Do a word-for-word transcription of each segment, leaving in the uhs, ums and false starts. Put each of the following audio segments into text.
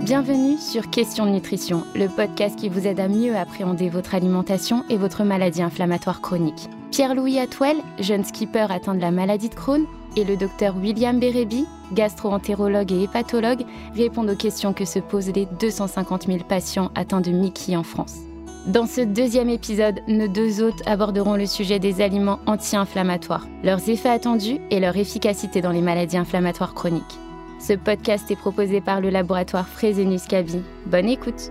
Bienvenue sur Question de Nutrition, le podcast qui vous aide à mieux appréhender votre alimentation et votre maladie inflammatoire chronique. Pierre-Louis Atwell, jeune skipper atteint de la maladie de Crohn, et le docteur William Bérébi, gastro-entérologue et hépatologue, répondent aux questions que se posent les deux cent cinquante mille patients atteints de M I C I en France. Dans ce deuxième épisode, nos deux hôtes aborderont le sujet des aliments anti-inflammatoires, leurs effets attendus et leur efficacité dans les maladies inflammatoires chroniques. Ce podcast est proposé par le laboratoire Fresenius Kabi. Bonne écoute.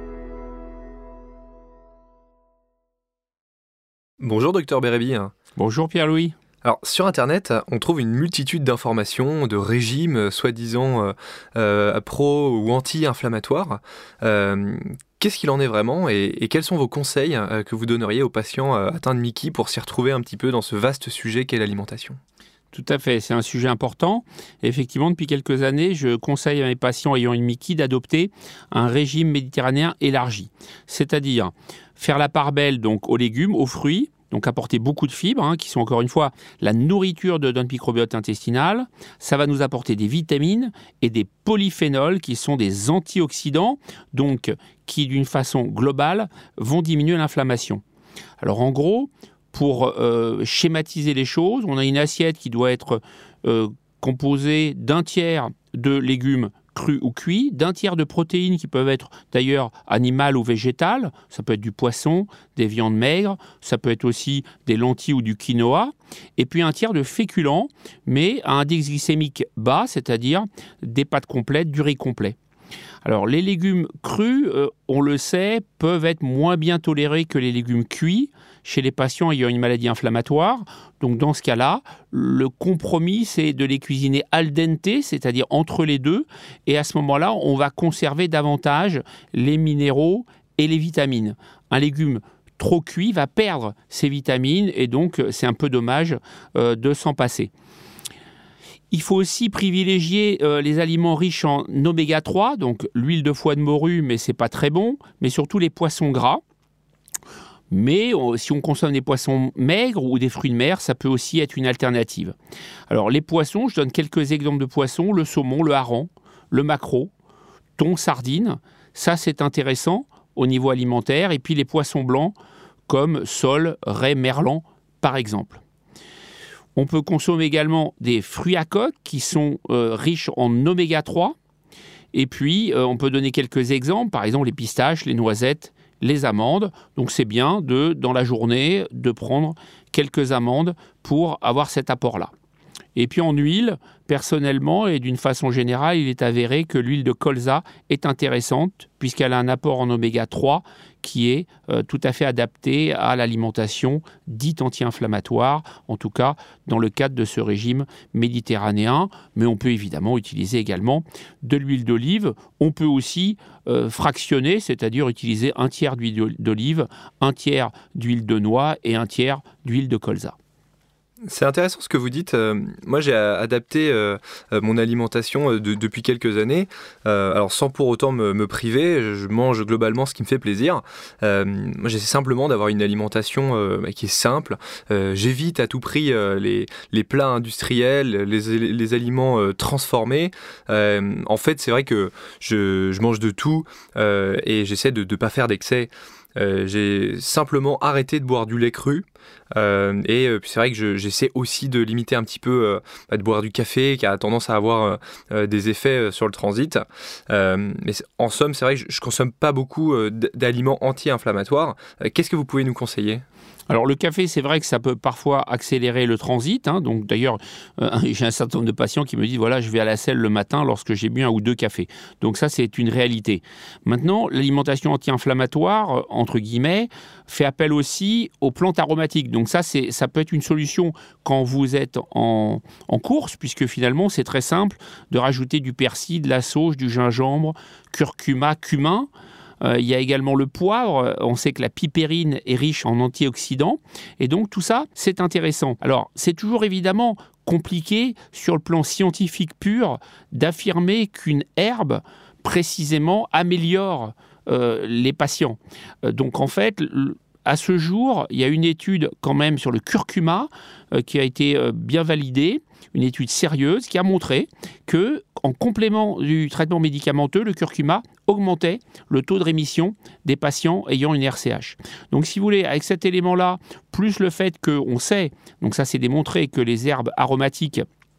Bonjour docteur Bérébi. Bonjour Pierre-Louis. Alors sur internet, on trouve une multitude d'informations, de régimes euh, soi-disant euh, euh, pro ou anti-inflammatoires. Euh, qu'est-ce qu'il en est vraiment et, et quels sont vos conseils euh, que vous donneriez aux patients euh, atteints de M I C I pour s'y retrouver un petit peu dans ce vaste sujet qu'est l'alimentation ? Tout à fait, c'est un sujet important. Et effectivement, depuis quelques années, je conseille à mes patients ayant une M I C I d'adopter un régime méditerranéen élargi. C'est-à-dire faire la part belle donc, aux légumes, aux fruits, donc apporter beaucoup de fibres, hein, qui sont encore une fois la nourriture de notre microbiote intestinal. Ça va nous apporter des vitamines et des polyphénols qui sont des antioxydants, donc qui d'une façon globale vont diminuer l'inflammation. Alors en gros, pour euh, schématiser les choses, on a une assiette qui doit être euh, composée d'un tiers de légumes crus ou cuits, d'un tiers de protéines qui peuvent être d'ailleurs animales ou végétales, ça peut être du poisson, des viandes maigres, ça peut être aussi des lentilles ou du quinoa, et puis un tiers de féculents, mais à index glycémique bas, c'est-à-dire des pâtes complètes, du riz complet. Alors les légumes crus, euh, on le sait, peuvent être moins bien tolérés que les légumes cuits chez les patients ayant une maladie inflammatoire. Donc dans ce cas-là, le compromis, c'est de les cuisiner al dente, c'est-à-dire entre les deux. Et à ce moment-là, on va conserver davantage les minéraux et les vitamines. Un légume trop cuit va perdre ses vitamines et donc c'est un peu dommage euh, de s'en passer. Il faut aussi privilégier euh, les aliments riches en oméga trois, donc l'huile de foie de morue, mais ce n'est pas très bon, mais surtout les poissons gras. Mais euh, si on consomme des poissons maigres ou des fruits de mer, ça peut aussi être une alternative. Alors les poissons, je donne quelques exemples de poissons, le saumon, le hareng, le maquereau, thon, sardine, ça c'est intéressant au niveau alimentaire. Et puis les poissons blancs comme sole, raie, merlan par exemple. On peut consommer également des fruits à coque qui sont euh, riches en oméga trois. Et puis, euh, on peut donner quelques exemples, par exemple les pistaches, les noisettes, les amandes. Donc, c'est bien, de, dans la journée, de prendre quelques amandes pour avoir cet apport-là. Et puis, en huile, personnellement et d'une façon générale, il est avéré que l'huile de colza est intéressante puisqu'elle a un apport en oméga trois qui est euh, tout à fait adapté à l'alimentation dite anti-inflammatoire, en tout cas dans le cadre de ce régime méditerranéen. Mais on peut évidemment utiliser également de l'huile d'olive. On peut aussi euh, fractionner, c'est-à-dire utiliser un tiers d'huile d'olive, un tiers d'huile de noix et un tiers d'huile de colza. C'est intéressant ce que vous dites. Euh, moi, j'ai adapté euh, mon alimentation euh, de, depuis quelques années. Euh, alors, sans pour autant me, me priver, je mange globalement ce qui me fait plaisir. Euh, moi, j'essaie simplement d'avoir une alimentation euh, bah, qui est simple. Euh, j'évite à tout prix euh, les, les plats industriels, les, les aliments euh, transformés. Euh, en fait, c'est vrai que je, je mange de tout euh, et j'essaie de ne pas faire d'excès. Euh, j'ai simplement arrêté de boire du lait cru euh, et euh, c'est vrai que je, j'essaie aussi de limiter un petit peu euh, bah, de boire du café qui a tendance à avoir euh, des effets euh, sur le transit. Euh, mais en somme, c'est vrai que je, je consomme pas beaucoup euh, d'aliments anti-inflammatoires. Euh, qu'est-ce que vous pouvez nous conseiller ? Alors le café, c'est vrai que ça peut parfois accélérer le transit. Hein, donc d'ailleurs, euh, j'ai un certain nombre de patients qui me disent voilà, je vais à la selle le matin lorsque j'ai bu un ou deux cafés. Donc ça, c'est une réalité. Maintenant, l'alimentation anti-inflammatoire, euh, entre guillemets, fait appel aussi aux plantes aromatiques. Donc ça, c'est, ça peut être une solution quand vous êtes en, en course, puisque finalement, c'est très simple de rajouter du persil, de la sauge, du gingembre, curcuma, cumin. Euh, il y a également le poivre. On sait que la pipérine est riche en antioxydants. Et donc, tout ça, c'est intéressant. Alors, c'est toujours évidemment compliqué, sur le plan scientifique pur, d'affirmer qu'une herbe, précisément, améliore euh, les patients. Euh, donc, en fait, à ce jour, il y a une étude quand même sur le curcuma euh, qui a été euh, bien validée, une étude sérieuse qui a montré que, en complément du traitement médicamenteux, le curcuma augmentait le taux de rémission des patients ayant une R C H. Donc, si vous voulez, avec cet élément-là, plus le fait qu'on sait, donc ça c'est démontré, que les herbes aromatiques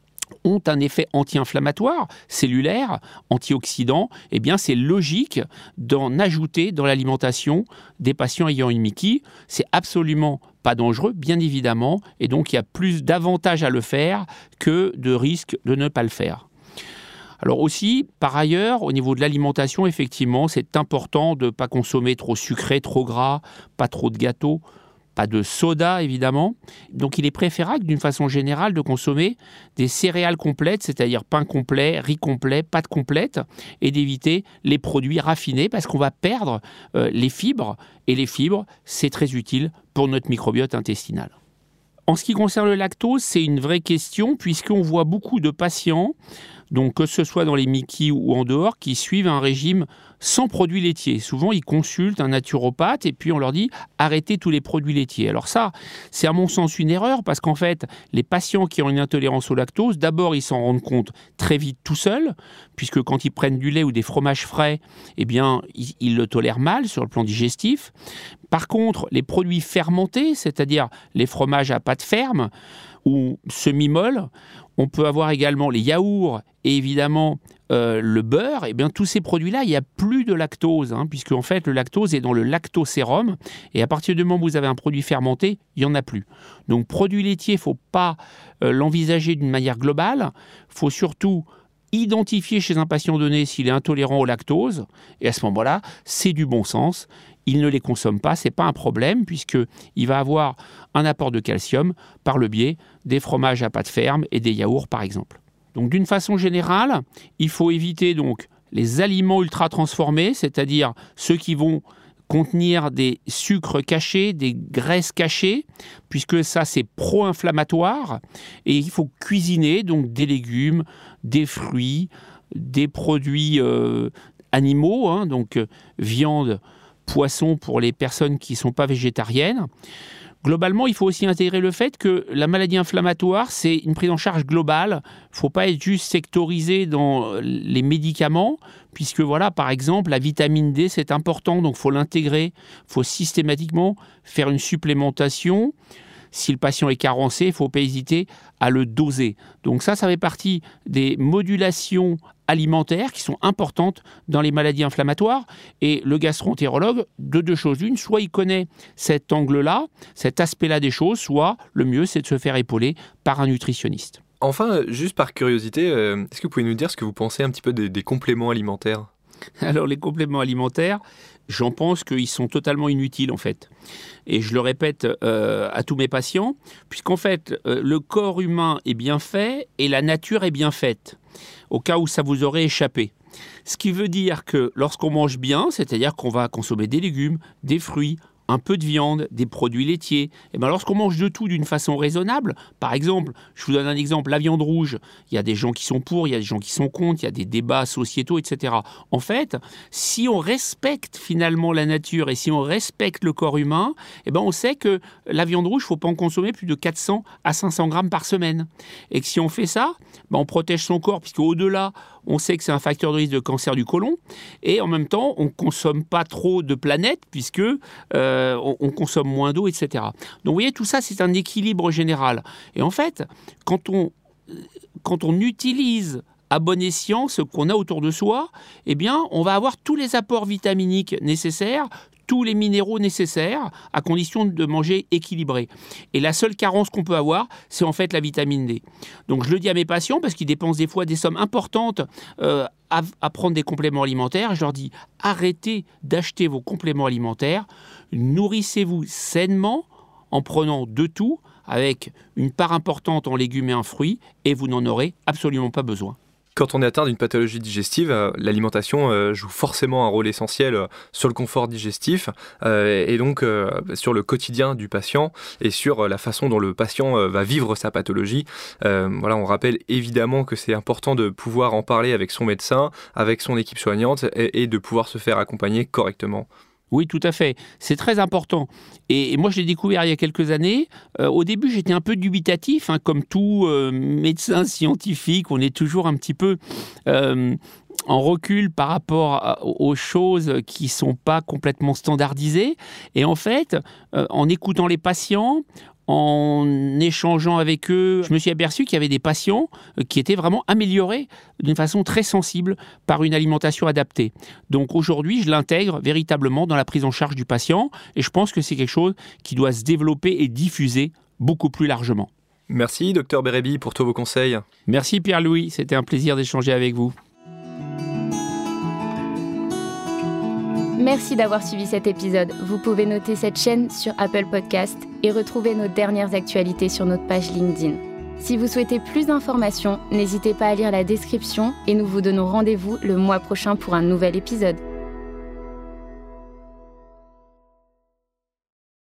ont un effet anti-inflammatoire, cellulaire, antioxydant, eh bien c'est logique d'en ajouter dans l'alimentation des patients ayant une M I C I. C'est absolument pas dangereux, bien évidemment, et donc il y a plus d'avantages à le faire que de risques de ne pas le faire. Alors aussi, par ailleurs, au niveau de l'alimentation, effectivement, c'est important de ne pas consommer trop sucré, trop gras, pas trop de gâteaux, pas de soda, évidemment. Donc, il est préférable, d'une façon générale, de consommer des céréales complètes, c'est-à-dire pain complet, riz complet, pâtes complètes, et d'éviter les produits raffinés parce qu'on va perdre euh, les fibres. Et les fibres, c'est très utile pour notre microbiote intestinal. En ce qui concerne le lactose, c'est une vraie question puisqu'on voit beaucoup de patients, donc que ce soit dans les M I C I ou en dehors, qui suivent un régime sans produits laitiers. Souvent, ils consultent un naturopathe et puis on leur dit arrêtez tous les produits laitiers. Alors ça, c'est à mon sens une erreur parce qu'en fait, les patients qui ont une intolérance au lactose, d'abord, ils s'en rendent compte très vite tout seuls, puisque quand ils prennent du lait ou des fromages frais, eh bien, ils, ils le tolèrent mal sur le plan digestif. Par contre, les produits fermentés, c'est-à-dire les fromages à pâte ferme ou semi-molle, on peut avoir également les yaourts et évidemment euh, le beurre. Et bien tous ces produits-là, il n'y a plus de lactose, hein, puisque en fait le lactose est dans le lactosérum. Et à partir du moment où vous avez un produit fermenté, il n'y en a plus. Donc produit laitier, il ne faut pas euh, l'envisager d'une manière globale. Il faut surtout identifier chez un patient donné s'il est intolérant au lactose. Et à ce moment-là, c'est du bon sens. Il ne les consomme pas, ce n'est pas un problème puisqu'il va avoir un apport de calcium par le biais des fromages à pâte ferme et des yaourts par exemple. Donc d'une façon générale, il faut éviter donc les aliments ultra transformés, c'est-à-dire ceux qui vont contenir des sucres cachés, des graisses cachées, puisque ça c'est pro-inflammatoire et il faut cuisiner donc des légumes, des fruits, des produits euh, animaux, hein, donc euh, viande, poisson pour les personnes qui ne sont pas végétariennes. Globalement, il faut aussi intégrer le fait que la maladie inflammatoire, c'est une prise en charge globale. Il ne faut pas être juste sectorisé dans les médicaments, puisque voilà, par exemple, la vitamine D, c'est important, donc il faut l'intégrer. Il faut systématiquement faire une supplémentation. Si le patient est carencé, il ne faut pas hésiter à le doser. Donc ça, ça fait partie des modulations alimentaires qui sont importantes dans les maladies inflammatoires. Et le gastro-entérologue, de deux choses. Une, soit il connaît cet angle-là, cet aspect-là des choses, soit le mieux, c'est de se faire épauler par un nutritionniste. Enfin, juste par curiosité, euh, est-ce que vous pouvez nous dire ce que vous pensez un petit peu des, des compléments alimentaires ? Alors, les compléments alimentaires, j'en pense qu'ils sont totalement inutiles, en fait. Et je le répète euh, à tous mes patients, puisqu'en fait, euh, le corps humain est bien fait et la nature est bien faite, au cas où ça vous aurait échappé. Ce qui veut dire que lorsqu'on mange bien, c'est-à-dire qu'on va consommer des légumes, des fruits, un peu de viande, des produits laitiers. Et bien lorsqu'on mange de tout d'une façon raisonnable, par exemple, je vous donne un exemple, la viande rouge, il y a des gens qui sont pour, il y a des gens qui sont contre, il y a des débats sociétaux, et cetera. En fait, si on respecte finalement la nature et si on respecte le corps humain, et ben on sait que la viande rouge, il ne faut pas en consommer plus de quatre cents à cinq cents grammes par semaine. Et que si on fait ça, ben on protège son corps, puisque au-delà, on sait que c'est un facteur de risque de cancer du côlon. Et en même temps, on ne consomme pas trop de planètes, puisque euh, on, on consomme moins d'eau, et cetera. Donc vous voyez, tout ça, c'est un équilibre général. Et en fait, quand on, quand on utilise à bon escient ce qu'on a autour de soi, eh bien, on va avoir tous les apports vitaminiques nécessaires, tous les minéraux nécessaires, à condition de manger équilibré. Et la seule carence qu'on peut avoir, c'est en fait la vitamine D. Donc je le dis à mes patients, parce qu'ils dépensent des fois des sommes importantes euh, à, à prendre des compléments alimentaires. Je leur dis, arrêtez d'acheter vos compléments alimentaires, nourrissez-vous sainement en prenant de tout, avec une part importante en légumes et en fruits, et vous n'en aurez absolument pas besoin. Quand on est atteint d'une pathologie digestive, euh, l'alimentation euh, joue forcément un rôle essentiel euh, sur le confort digestif euh, et donc euh, sur le quotidien du patient et sur euh, la façon dont le patient euh, va vivre sa pathologie. Euh, voilà, on rappelle évidemment que c'est important de pouvoir en parler avec son médecin, avec son équipe soignante et, et de pouvoir se faire accompagner correctement. Oui, tout à fait. C'est très important. Et, et moi, je l'ai découvert il y a quelques années. Euh, au début, j'étais un peu dubitatif, hein, comme tout euh, médecin scientifique. On est toujours un petit peu euh, en recul par rapport à, aux choses qui ne sont pas complètement standardisées. Et en fait, euh, en écoutant les patients, en échangeant avec eux, je me suis aperçu qu'il y avait des patients qui étaient vraiment améliorés d'une façon très sensible par une alimentation adaptée. Donc aujourd'hui, je l'intègre véritablement dans la prise en charge du patient et je pense que c'est quelque chose qui doit se développer et diffuser beaucoup plus largement. Merci, docteur Bérébi, pour tous vos conseils. Merci Pierre-Louis, c'était un plaisir d'échanger avec vous. Merci d'avoir suivi cet épisode. Vous pouvez noter cette chaîne sur Apple Podcast et retrouver nos dernières actualités sur notre page LinkedIn. Si vous souhaitez plus d'informations, n'hésitez pas à lire la description et nous vous donnons rendez-vous le mois prochain pour un nouvel épisode.